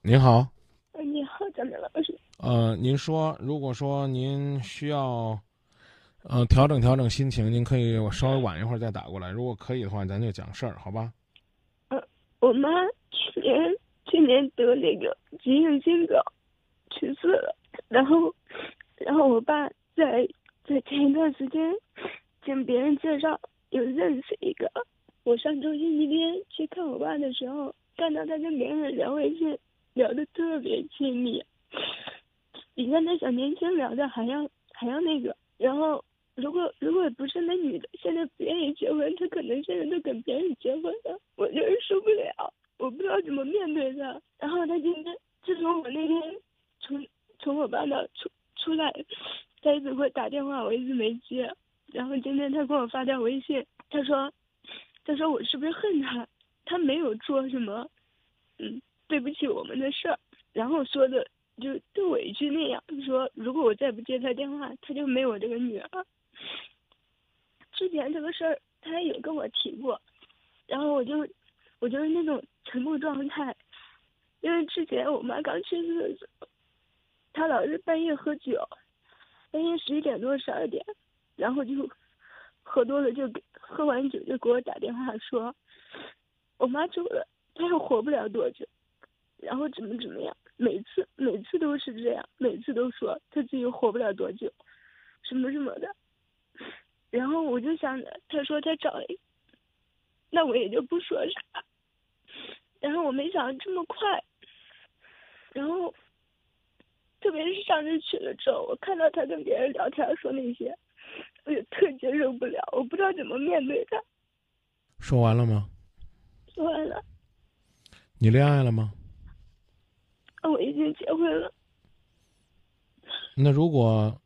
您好。 你好，张明老师。 您说，如果说您需要调整调整心情，您可以稍微晚一会儿再打过来。如果可以的话，咱就讲事儿，好吧？ 我妈去年得那个急性心梗去世了，然后我爸在前一段时间经别人介绍又认识一个。我上周星期天去看我爸的时候，看到他跟别人聊微信，聊得特别亲密，比跟那小年轻聊的还要那个。然后如果不是那女的现在不愿意结婚，他可能现在都跟别人结婚了。我就是受不了，我不知道怎么面对他。然后他今天自从我那天从我爸那出来，他一直给我打电话，我一直没接。然后今天他给我发条微信，他说我是不是恨他？他没有做什么对不起我们的事儿，然后说的就特委屈那样，说如果我再不接他电话，他就没我这个女儿。之前这个事儿他也有跟我提过，然后我就是那种沉默状态。因为之前我妈刚去世的时候，她老是半夜喝酒，半夜11点多12点，然后就喝多了，喝完酒就给我打电话说我妈走了，她又活不了多久，然后怎么样，每次都是这样，每次都说她自己活不了多久，什么什么的。然后我就想着，她说她找一个，那我也就不说啥。然后我没想到这么快，然后特别是上次去了之后，我看到她跟别人聊天说那些，我就特接受不了，我不知道怎么面对她。 说完了吗？ 说完了。 你恋爱了吗？ 我已经结婚了。 那如果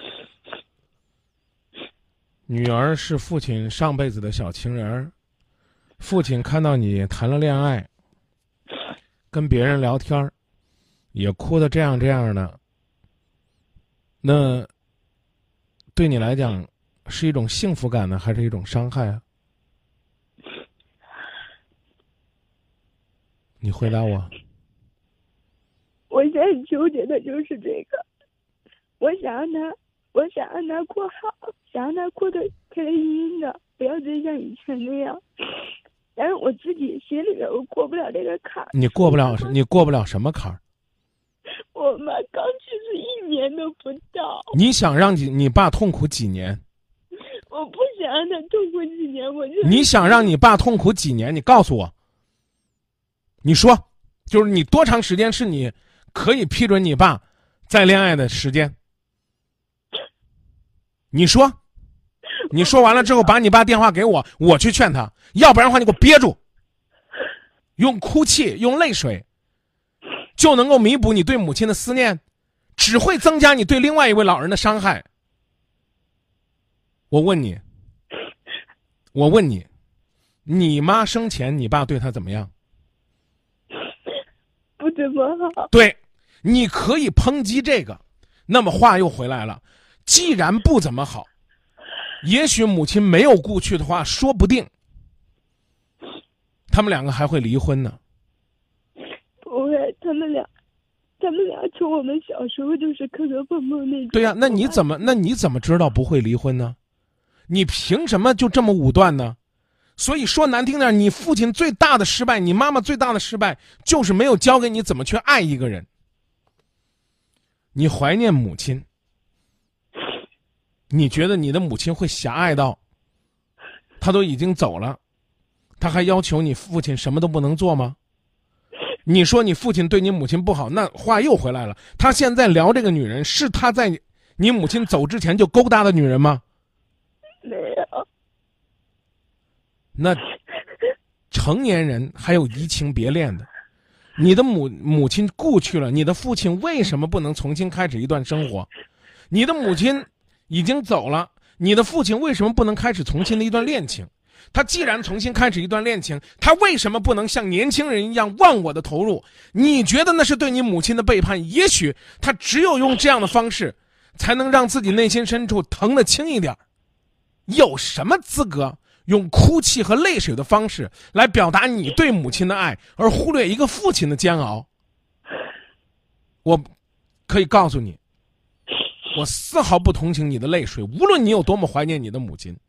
女儿是父亲上辈子的小情人儿，父亲看到你谈了恋爱，跟别人聊天儿，也哭得这样的，那对你来讲是一种幸福感呢，还是一种伤害啊？你回答我。 我现在纠结的就是这个，我想让他过好，想让他过得开开心心的，不要再像以前那样。但是我自己心里边我过不了这个坎儿。 你过不了什么坎儿？ 我妈刚去世1年都不到。 你想让你爸痛苦几年？ 我不想让他痛苦几年， 你想让你爸痛苦几年？你告诉我。你说，就是你多长时间是你可以批准你爸再恋爱的时间？你说，你说完了之后把你爸电话给我，我去劝他，要不然的话你给我憋住，用哭泣用泪水就能够弥补你对母亲的思念，只会增加你对另外一位老人的伤害。我问你，你妈生前你爸对她怎么样？ 不怎么好。 对，你可以抨击这个，那么话又回来了，既然不怎么好，也许母亲没有故去的话，说不定他们两个还会离婚呢。 不会，他们俩从我们小时候就是磕磕碰碰那种。 对呀，那你怎么知道不会离婚呢？你凭什么就这么武断呢？所以说难听点，你父亲最大的失败，你妈妈最大的失败，就是没有教给你怎么去爱一个人。你怀念母亲，你觉得你的母亲会狭隘到她都已经走了，她还要求你父亲什么都不能做吗？你说你父亲对你母亲不好，那话又回来了，他现在聊这个女人，是他在你母亲走之前就勾搭的女人吗？ 没有。 那成年人还有移情别恋的，你的母亲故去了，你的父亲为什么不能重新开始一段生活？你的母亲已经走了，你的父亲为什么不能开始重新的一段恋情？他既然重新开始一段恋情，他为什么不能像年轻人一样忘我的投入？你觉得那是对你母亲的背叛？也许他只有用这样的方式，才能让自己内心深处疼得轻一点。有什么资格用哭泣和泪水的方式来表达你对母亲的爱，而忽略一个父亲的煎熬？ 我可以告诉你，我丝毫不同情你的泪水，无论你有多么怀念你的母亲。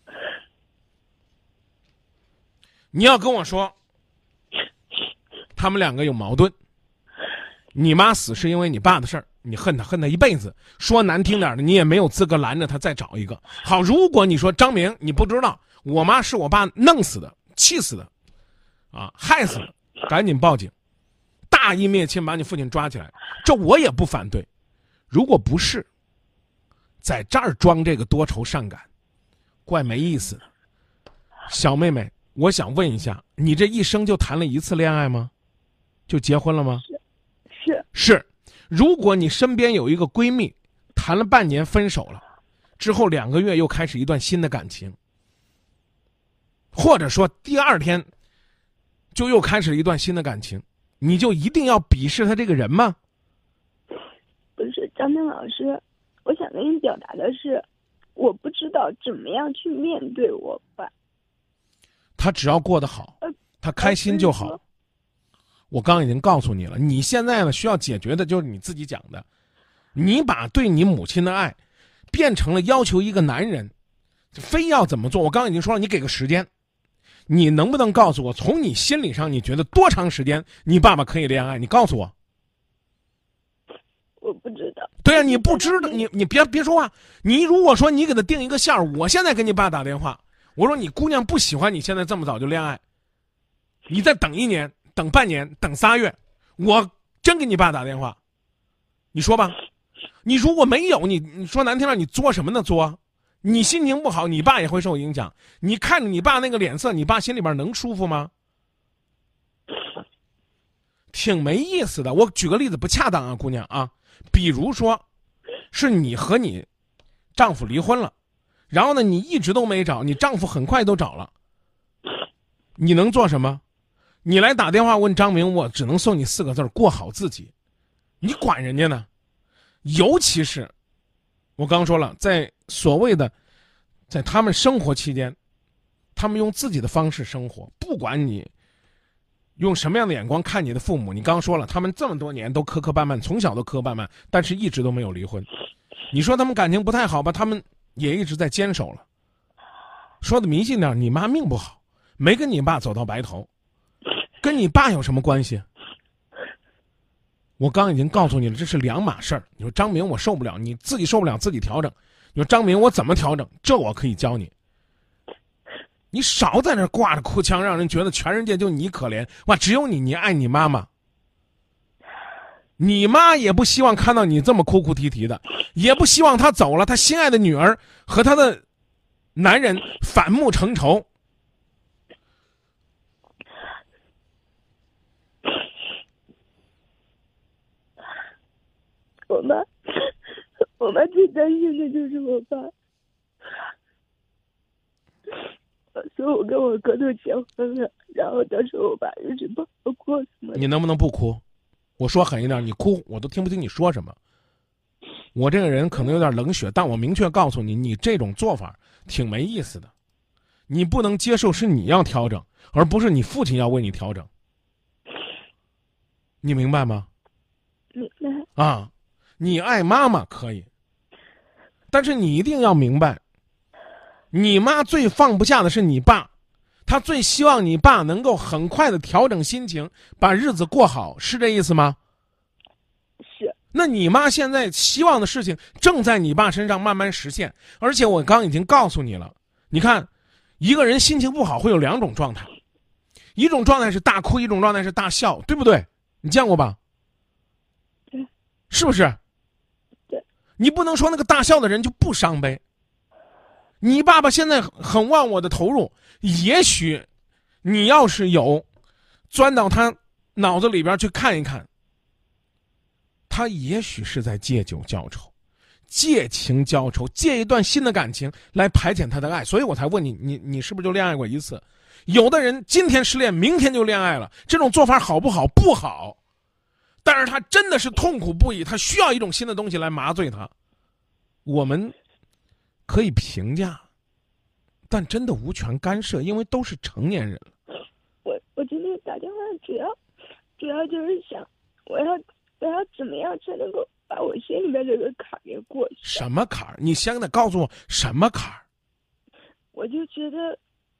你要跟我说他们两个有矛盾，你妈死是因为你爸的事儿，你恨他一辈子，说难听点的，你也没有资格拦着他再找一个。好，如果你说张明你不知道我妈是我爸弄死的，气死的啊，害死的，赶紧报警，大义灭亲，把你父亲抓起来，这我也不反对。如果不是在这儿装这个多愁善感，怪没意思的。小妹妹，我想问一下，你这一生就谈了一次恋爱吗？就结婚了吗？是。如果你身边有一个闺蜜，谈了半年分手了，之后2个月又开始一段新的感情，或者说第2天就又开始一段新的感情，你就一定要鄙视他这个人吗？ 不是，张明老师，我想跟你表达的是，我不知道怎么样去面对我爸。 他只要过得好，他开心就好。我刚已经告诉你了，你现在呢需要解决的就是你自己讲的，你把对你母亲的爱变成了要求一个男人非要怎么做。我刚已经说了，你给个时间，你能不能告诉我，从你心理上你觉得多长时间你爸爸可以恋爱？你告诉我。 我不知道。 对啊，你不知道，你别说话。你如果说你给他定一个线儿，我现在给你爸打电话，我说你姑娘不喜欢你现在这么早就恋爱，你再等1年，等半年，等3月，我真给你爸打电话，你说吧。你如果没有，你说难听了，你作什么呢作？你心情不好，你爸也会受影响。你看着你爸那个脸色，你爸心里边能舒服吗？挺没意思的。我举个例子，不恰当啊，姑娘啊。比如说，是你和你丈夫离婚了，然后呢，你一直都没找，你丈夫很快都找了，你能做什么？你来打电话问张明，我只能送你4个字：过好自己。你管人家呢？尤其是我刚说了，在所谓的在他们生活期间，他们用自己的方式生活，不管你用什么样的眼光看你的父母。你刚说了，他们这么多年都磕磕绊绊，从小都磕磕绊绊，但是一直都没有离婚。你说他们感情不太好吧，他们也一直在坚守了。说的迷信点，你妈命不好，没跟你爸走到白头，跟你爸有什么关系？我刚已经告诉你了，这是2码事儿。你说张明我受不了，你自己受不了自己调整。你说张明我怎么调整？这我可以教你。你少在那挂着哭腔，让人觉得全世界就你可怜哇！只有你爱你妈妈，你妈也不希望看到你这么哭哭啼啼的，也不希望她走了，她心爱的女儿和她的男人反目成仇。 我妈最担心的就是我爸。说我跟我哥都结婚了，然后当时我爸一直不好过什么的。 你能不能不哭？我说狠一点，你哭我都听不清你说什么。我这个人可能有点冷血，但我明确告诉你，你这种做法挺没意思的。你不能接受是你要调整，而不是你父亲要为你调整。你明白吗？ 明白。 啊，你爱妈妈可以，但是你一定要明白，你妈最放不下的是你爸，她最希望你爸能够很快的调整心情，把日子过好，是这意思吗？ 是。 那你妈现在希望的事情正在你爸身上慢慢实现，而且我刚已经告诉你了，你看，一个人心情不好会有2种状态，一种状态是大哭，一种状态是大笑，对不对？你见过吧？ 对。 是不是？ 对。 你不能说那个大笑的人就不伤悲。你爸爸现在很忘我的投入，也许你要是有钻到他脑子里边去看一看，他也许是在借酒浇愁，借情浇愁，借一段新的感情来排遣他的爱。所以我才问你，你是不是就恋爱过一次？有的人今天失恋，明天就恋爱了，这种做法好不好？不好。但是他真的是痛苦不已，他需要一种新的东西来麻醉他。我们可以评价，但真的无权干涉，因为都是成年人了。 我今天打电话主要就是想，我要怎么样样才能够把我心里面这个坎儿给过去？ 什么坎儿？你现在告诉我什么坎儿？ 我就觉得，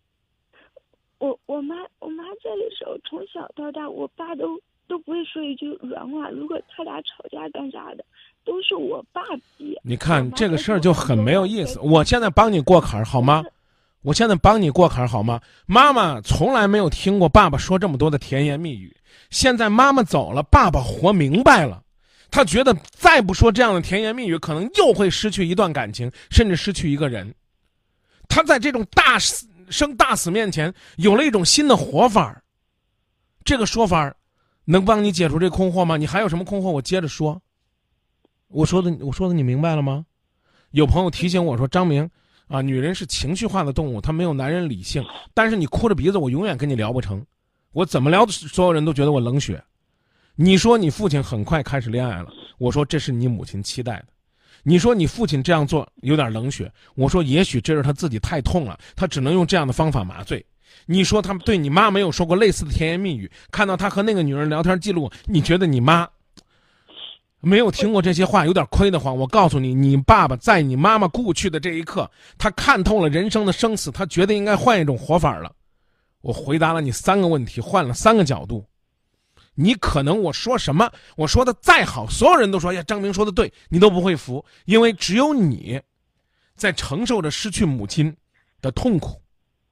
我妈在的时候，从小到大，我爸都不会说一句软话。如果他俩吵架干啥的，都是我爸逼。 你看这个事儿就很没有意思。我现在帮你过坎儿好吗？我现在帮你过坎儿好吗？妈妈从来没有听过爸爸说这么多的甜言蜜语。现在妈妈走了，爸爸活明白了，他觉得再不说这样的甜言蜜语，可能又会失去一段感情，甚至失去一个人。他在这种大生大死面前，有了一种新的活法。这个说法能帮你解除这困惑吗？你还有什么困惑？我接着说。我说的你明白了吗？有朋友提醒我说，张明啊，女人是情绪化的动物，她没有男人理性。但是你哭着鼻子，我永远跟你聊不成。我怎么聊，所有人都觉得我冷血。你说你父亲很快开始恋爱了，我说这是你母亲期待的。你说你父亲这样做有点冷血，我说也许这是他自己太痛了，他只能用这样的方法麻醉。你说他对你妈没有说过类似的甜言蜜语，看到他和那个女人聊天记录，你觉得你妈没有听过这些话有点亏得慌。我告诉你，你爸爸在你妈妈故去的这一刻，他看透了人生的生死，他觉得应该换一种活法了。我回答了你3个问题，换了3个角度。你可能我说什么，我说的再好，所有人都说呀，张明说的对，你都不会服，因为只有你在承受着失去母亲的痛苦。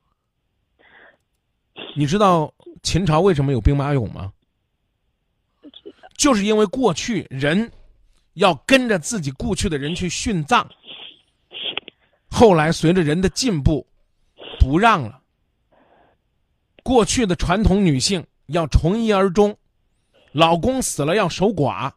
你知道秦朝为什么有兵马俑吗？就是因为过去人要跟着自己故去的人去殉葬，后来随着人的进步不让了。过去的传统女性要从一而终，老公死了要守寡，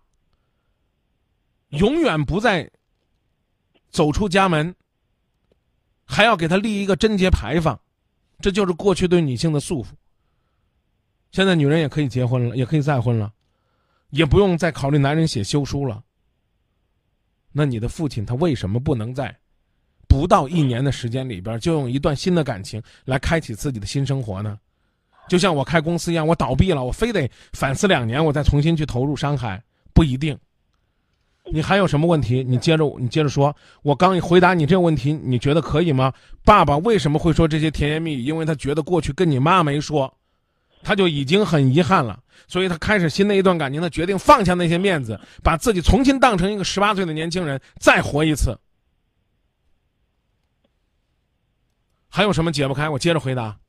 永远不再走出家门，还要给她立一个贞节牌坊，这就是过去对女性的束缚。现在女人也可以结婚了，也可以再婚了，也不用再考虑男人写休书了。那你的父亲他为什么不能在不到1年的时间里边就用一段新的感情来开启自己的新生活呢？就像我开公司一样，我倒闭了，我非得反思2年，我再重新去投入商海，不一定。你还有什么问题？你接着说。我刚一回答你这个问题，你觉得可以吗？爸爸为什么会说这些甜言蜜语？因为他觉得过去跟你妈没说，他就已经很遗憾了，所以他开始新的一段感情，他决定放下那些面子，把自己重新当成一个18岁的年轻人，再活一次。还有什么解不开？我接着回答。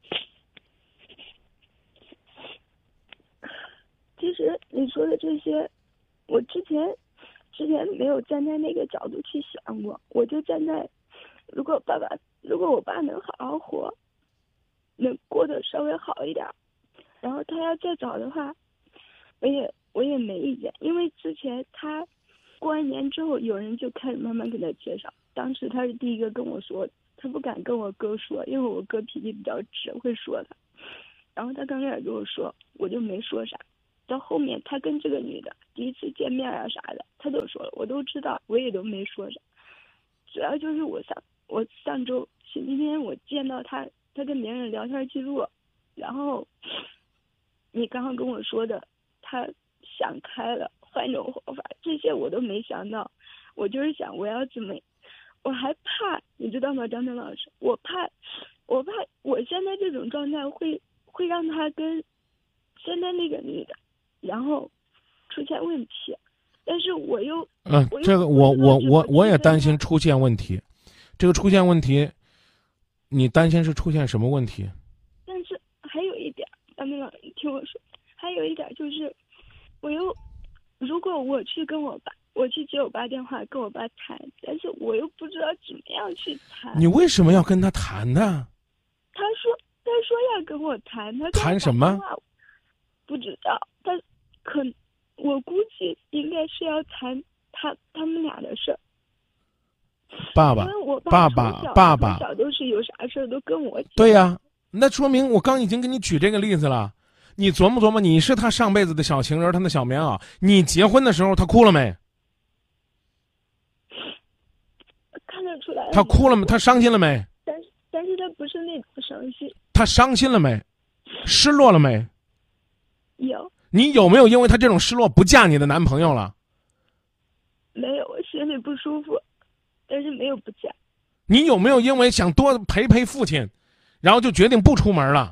其实你说的这些，我之前没有站在那个角度去想过，我就站在，如果我爸能好好活，能过得稍微好一点，然后他要再找的话，我也没意见，因为之前他过完年之后，有人就开始慢慢给他介绍，当时他是第一个跟我说，他不敢跟我哥说，因为我哥脾气比较直，会说他，然后他刚开始跟我说，我就没说啥。到后面他跟这个女的第一次见面啊啥的，他都说了，我都知道，我也都没说啥。主要就是我上周星期天我见到他跟别人聊天记录，然后你刚刚跟我说的，他想开了，换一种活法，这些我都没想到。我就是想我要怎么，我还怕，你知道吗，张晨老师，我怕我现在这种状态会让他跟现在那个女的然后出现问题，但是我又这个我也担心出现问题。这个出现问题，你担心是出现什么问题？ 但是还有一点，张明老师，你听我说，还有一点就是，如果我去跟我爸，我去接我爸电话跟我爸谈，但是我又不知道怎么样去谈。 你为什么要跟他谈呢？ 他说要跟我谈，他谈什么？ 不知道，我估计应该是要谈他们俩的事儿。 爸爸从小都是有啥事儿都跟我讲。 对呀，那说明我刚已经给你举这个例子了。你琢磨琢磨，你是他上辈子的小情人，他的小棉袄。你结婚的时候他哭了没？ 看得出来。 他哭了没？他伤心了没？ 但是他不是那种伤心。 他伤心了没？失落了没？ 有。 你有没有因为他这种失落不嫁你的男朋友了？ 没有，我心里不舒服，但是没有不嫁。 你有没有因为想多陪陪父亲，然后就决定不出门了？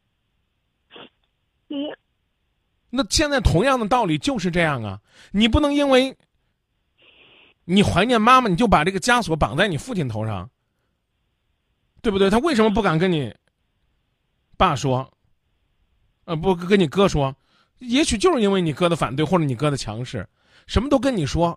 没有。 那现在同样的道理就是这样啊，你不能因为你怀念妈妈，你就把这个枷锁绑在你父亲头上，对不对？他为什么不敢跟你爸说？不跟你哥说？也许就是因为你哥的反对或者你哥的强势，什么都跟你说。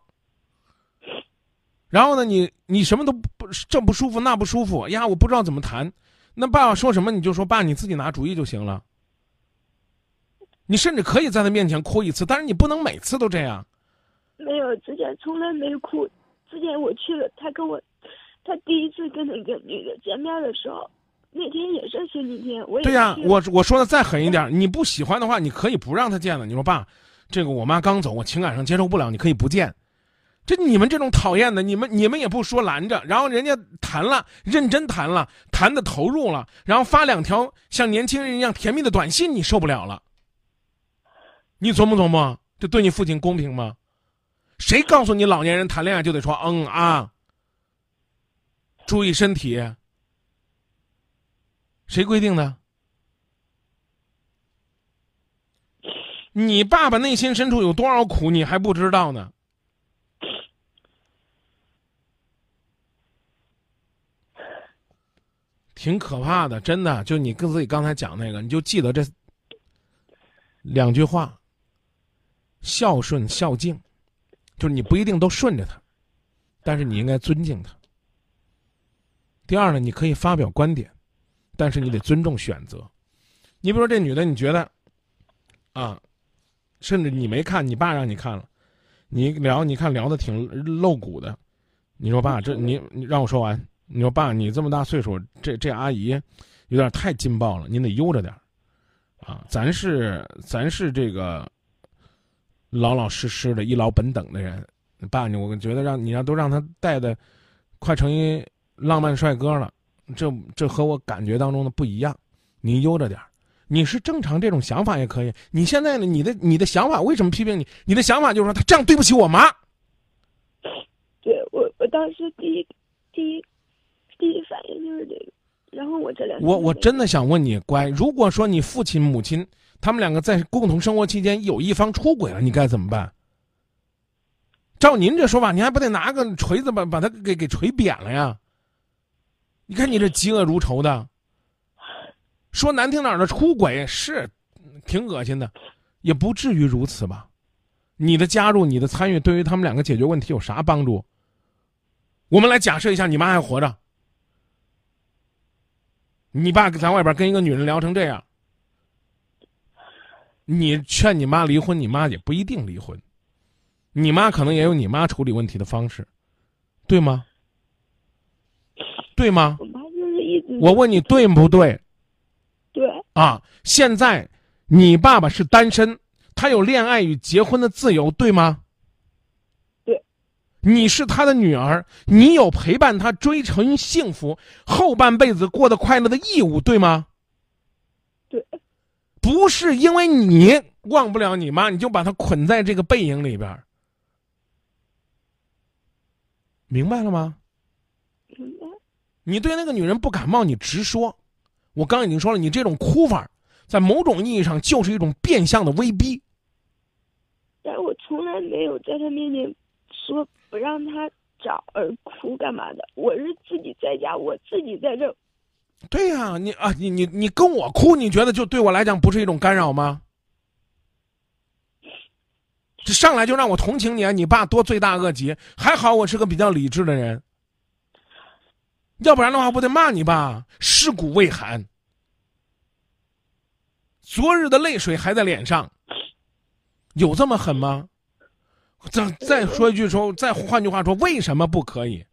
然后呢，你什么都不这不舒服那不舒服呀，我不知道怎么谈。那爸爸说什么你就说爸，你自己拿主意就行了。你甚至可以在他面前哭一次，但是你不能每次都这样。 没有，之前从来没哭。之前我去了，他第一次跟那个女的见面的时候，那天也是星期天，我也对呀， 去了我说的再狠一点，你不喜欢的话，你可以不让他见了。你说爸，这个我妈刚走，我情感上接受不了，你可以不见。这你们这种讨厌的，你们也不说拦着，然后人家谈了，认真谈了，谈的投入了，然后发2条像年轻人一样甜蜜的短信，你受不了了。你琢磨，这对你父亲公平吗？谁告诉你老年人谈恋爱就得说嗯啊，注意身体？谁规定的？你爸爸内心深处有多少苦，你还不知道呢？挺可怕的，真的。就你跟自己刚才讲那个，你就记得这2句话：孝顺、孝敬。就是你不一定都顺着他，但是你应该尊敬他。第二呢，你可以发表观点，但是你得尊重选择。你比如说这女的，你觉得啊，甚至你没看，你爸让你看了，你看聊的挺露骨的，你说爸，这你让我说完。你说爸，你这么大岁数，这阿姨有点太劲爆了，您得悠着点啊。咱是这个老老实实的一劳本等的人，爸，我觉得让他带的快成一浪漫帅哥了，这和我感觉当中的不一样。您悠着点，你是正常这种想法也可以。你现在呢，你的想法为什么批评你？你的想法就是说他这样对不起我妈。 对，我当时第一反应就是这个，然后我这两天我真的想问你，乖，如果说你父亲母亲他们2个在共同生活期间有一方出轨了，你该怎么办？照您这说法，你还不得拿个锤子把他给锤扁了呀？你看你这嫉恶如仇的，说难听点的，出轨是挺恶心的，也不至于如此吧？你的加入，你的参与，对于他们2个解决问题有啥帮助？我们来假设一下，你妈还活着，你爸在外边跟一个女人聊成这样，你劝你妈离婚，你妈也不一定离婚，你妈可能也有你妈处理问题的方式，对吗？对吗？ 我妈就是一直我问你对不对？ 对啊，现在你爸爸是单身，他有恋爱与结婚的自由，对吗？ 对。 你是他的女儿，你有陪伴他追寻幸福后半辈子过得快乐的义务，对吗？ 对。 不是因为你忘不了你妈，你就把她捆在这个背影里边，明白了吗？ 明白。 你对那个女人不感冒，你直说。我刚已经说了，你这种哭法在某种意义上就是一种变相的威逼。 但我从来没有在他面前说不让他找而哭干嘛的，我是自己在家，我自己在这。 对呀，你跟我哭，你觉得就对我来讲不是一种干扰吗？这上来就让我同情你啊！你爸多罪大恶极，还好我是个比较理智的人，要不然的话我得骂你爸尸骨未寒，昨日的泪水还在脸上，有这么狠吗？再说一句说，再换句话说，为什么不可以？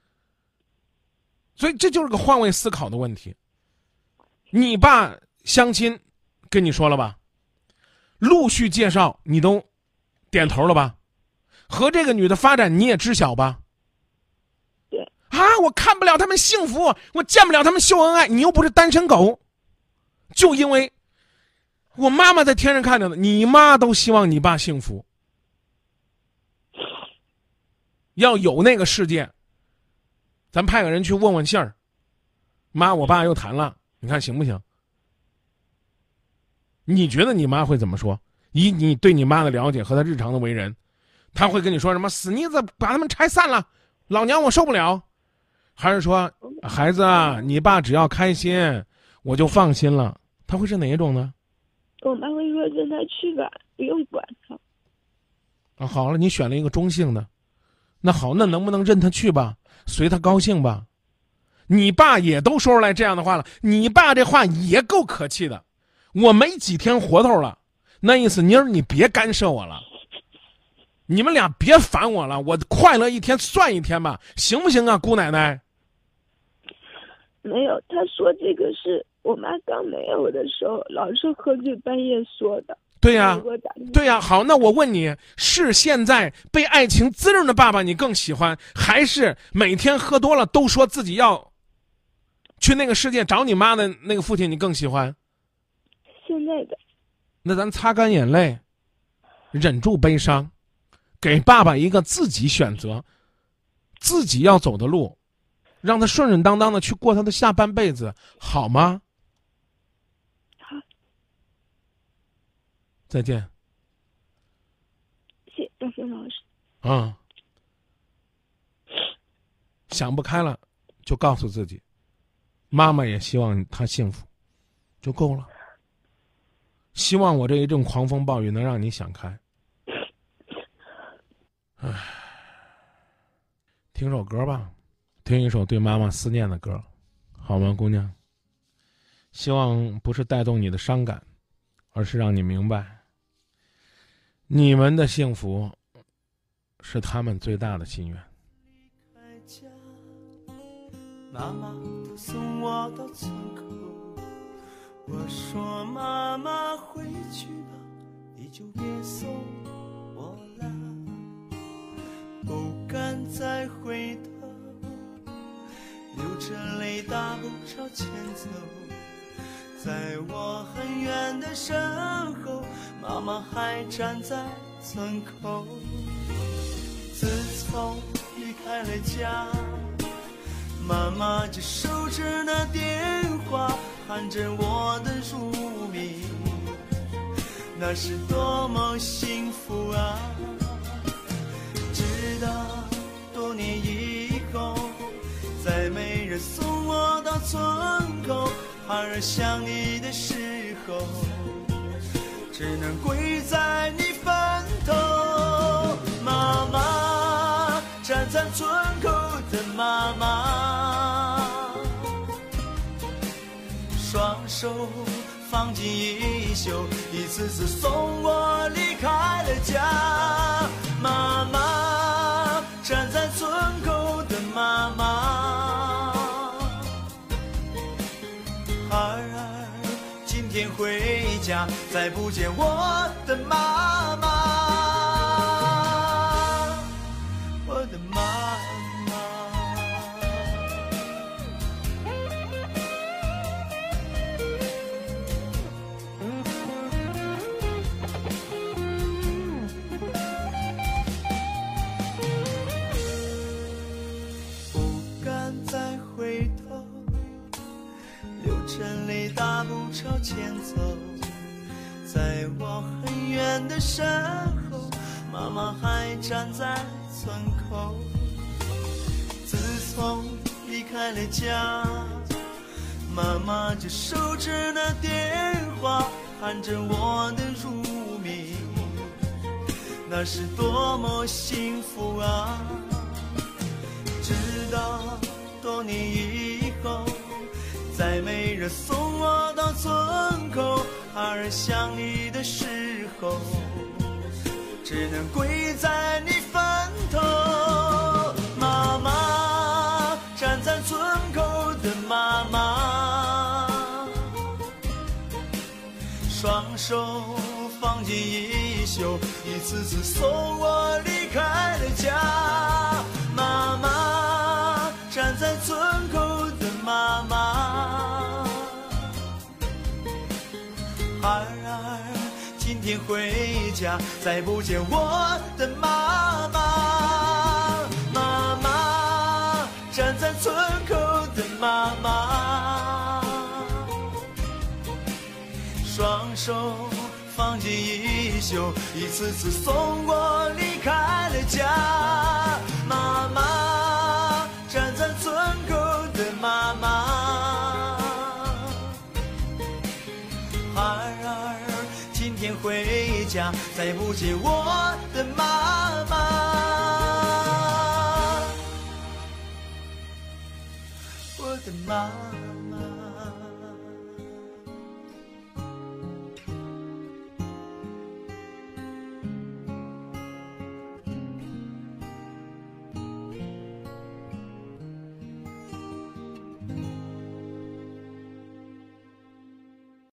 所以这就是个换位思考的问题。你爸相亲跟你说了吧？陆续介绍你都点头了吧？和这个女的发展你也知晓吧？ 对啊，我看不了他们幸福，我见不了他们秀恩爱，你又不是单身狗，就因为我妈妈在天上看着呢，你妈都希望你爸幸福。 要有那个世界，咱派个人去问问信儿。妈，我爸又谈了，你看行不行？你觉得你妈会怎么说？以你对你妈的了解和她日常的为人，她会跟你说什么？死妮子，把他们拆散了，老娘我受不了。还是说，孩子啊，你爸只要开心，我就放心了。她会是哪一种呢？ 我妈会说让他去吧，不用管他。 啊，好了，你选了一个中性的，那好，那能不能任他去吧，随他高兴吧？你爸也都说出来这样的话了，你爸这话也够可气的。我没几天活头了，那意思妮儿你别干涉我了，你们俩别烦我了，我快乐一天算一天吧，行不行啊，姑奶奶？ 没有，他说这个是我妈刚没有的时候，老是喝醉半夜说的。 对呀，对呀。好，那我问你，是现在被爱情滋润的爸爸你更喜欢，还是每天喝多了都说自己要去那个世界找你妈的那个父亲你更喜欢？ 现在的。 那咱擦干眼泪，忍住悲伤，给爸爸一个自己选择自己要走的路，让他顺顺当当的去过他的下半辈子，好吗？ 好。 再见。 谢谢张轩老师。 想不开了，就告诉自己，妈妈也希望他幸福，就够了。希望我这一阵狂风暴雨能让你想开。听首歌吧，听一首对妈妈思念的歌，好吗，姑娘？希望不是带动你的伤感，而是让你明白，你们的幸福是他们最大的心愿。 妈妈都送我到村口，我说妈妈回去吧，你就别送我了，不敢再回头，流着泪大步朝前走，在我很远的身后，妈妈还站在村口。自从离开了家，妈妈就守着那电话，喊着我的乳名，那是多么幸福啊！直到多年以后，再没人送我到村口，孩儿想你的时候，只能跪在你坟头。妈妈，站在村口的妈妈，双手放进衣袖，一次次送我离开了家。妈妈，站在村口的妈妈，孩儿今天回家，再不见我的妈妈，我的妈妈。不敢再回头，流着泪大步朝前走，在我很远的身后，妈妈还站在村口。自从离开了家，妈妈就守着那电话，喊着我的乳名，那是多么幸福啊！直到多年以后，再没人送我到村口，孩儿想你的时候，只能跪在你坟头。妈妈，站在村口的妈妈，双手放进衣袖，一次次送我离开了家。妈妈，站在村口的妈妈，孩儿今天回家，再不见我的妈妈。 手放进衣袖，一次次送我离开了家。妈妈，站在村口的妈妈，孩儿今天回家，再不见我的妈妈。我的妈妈。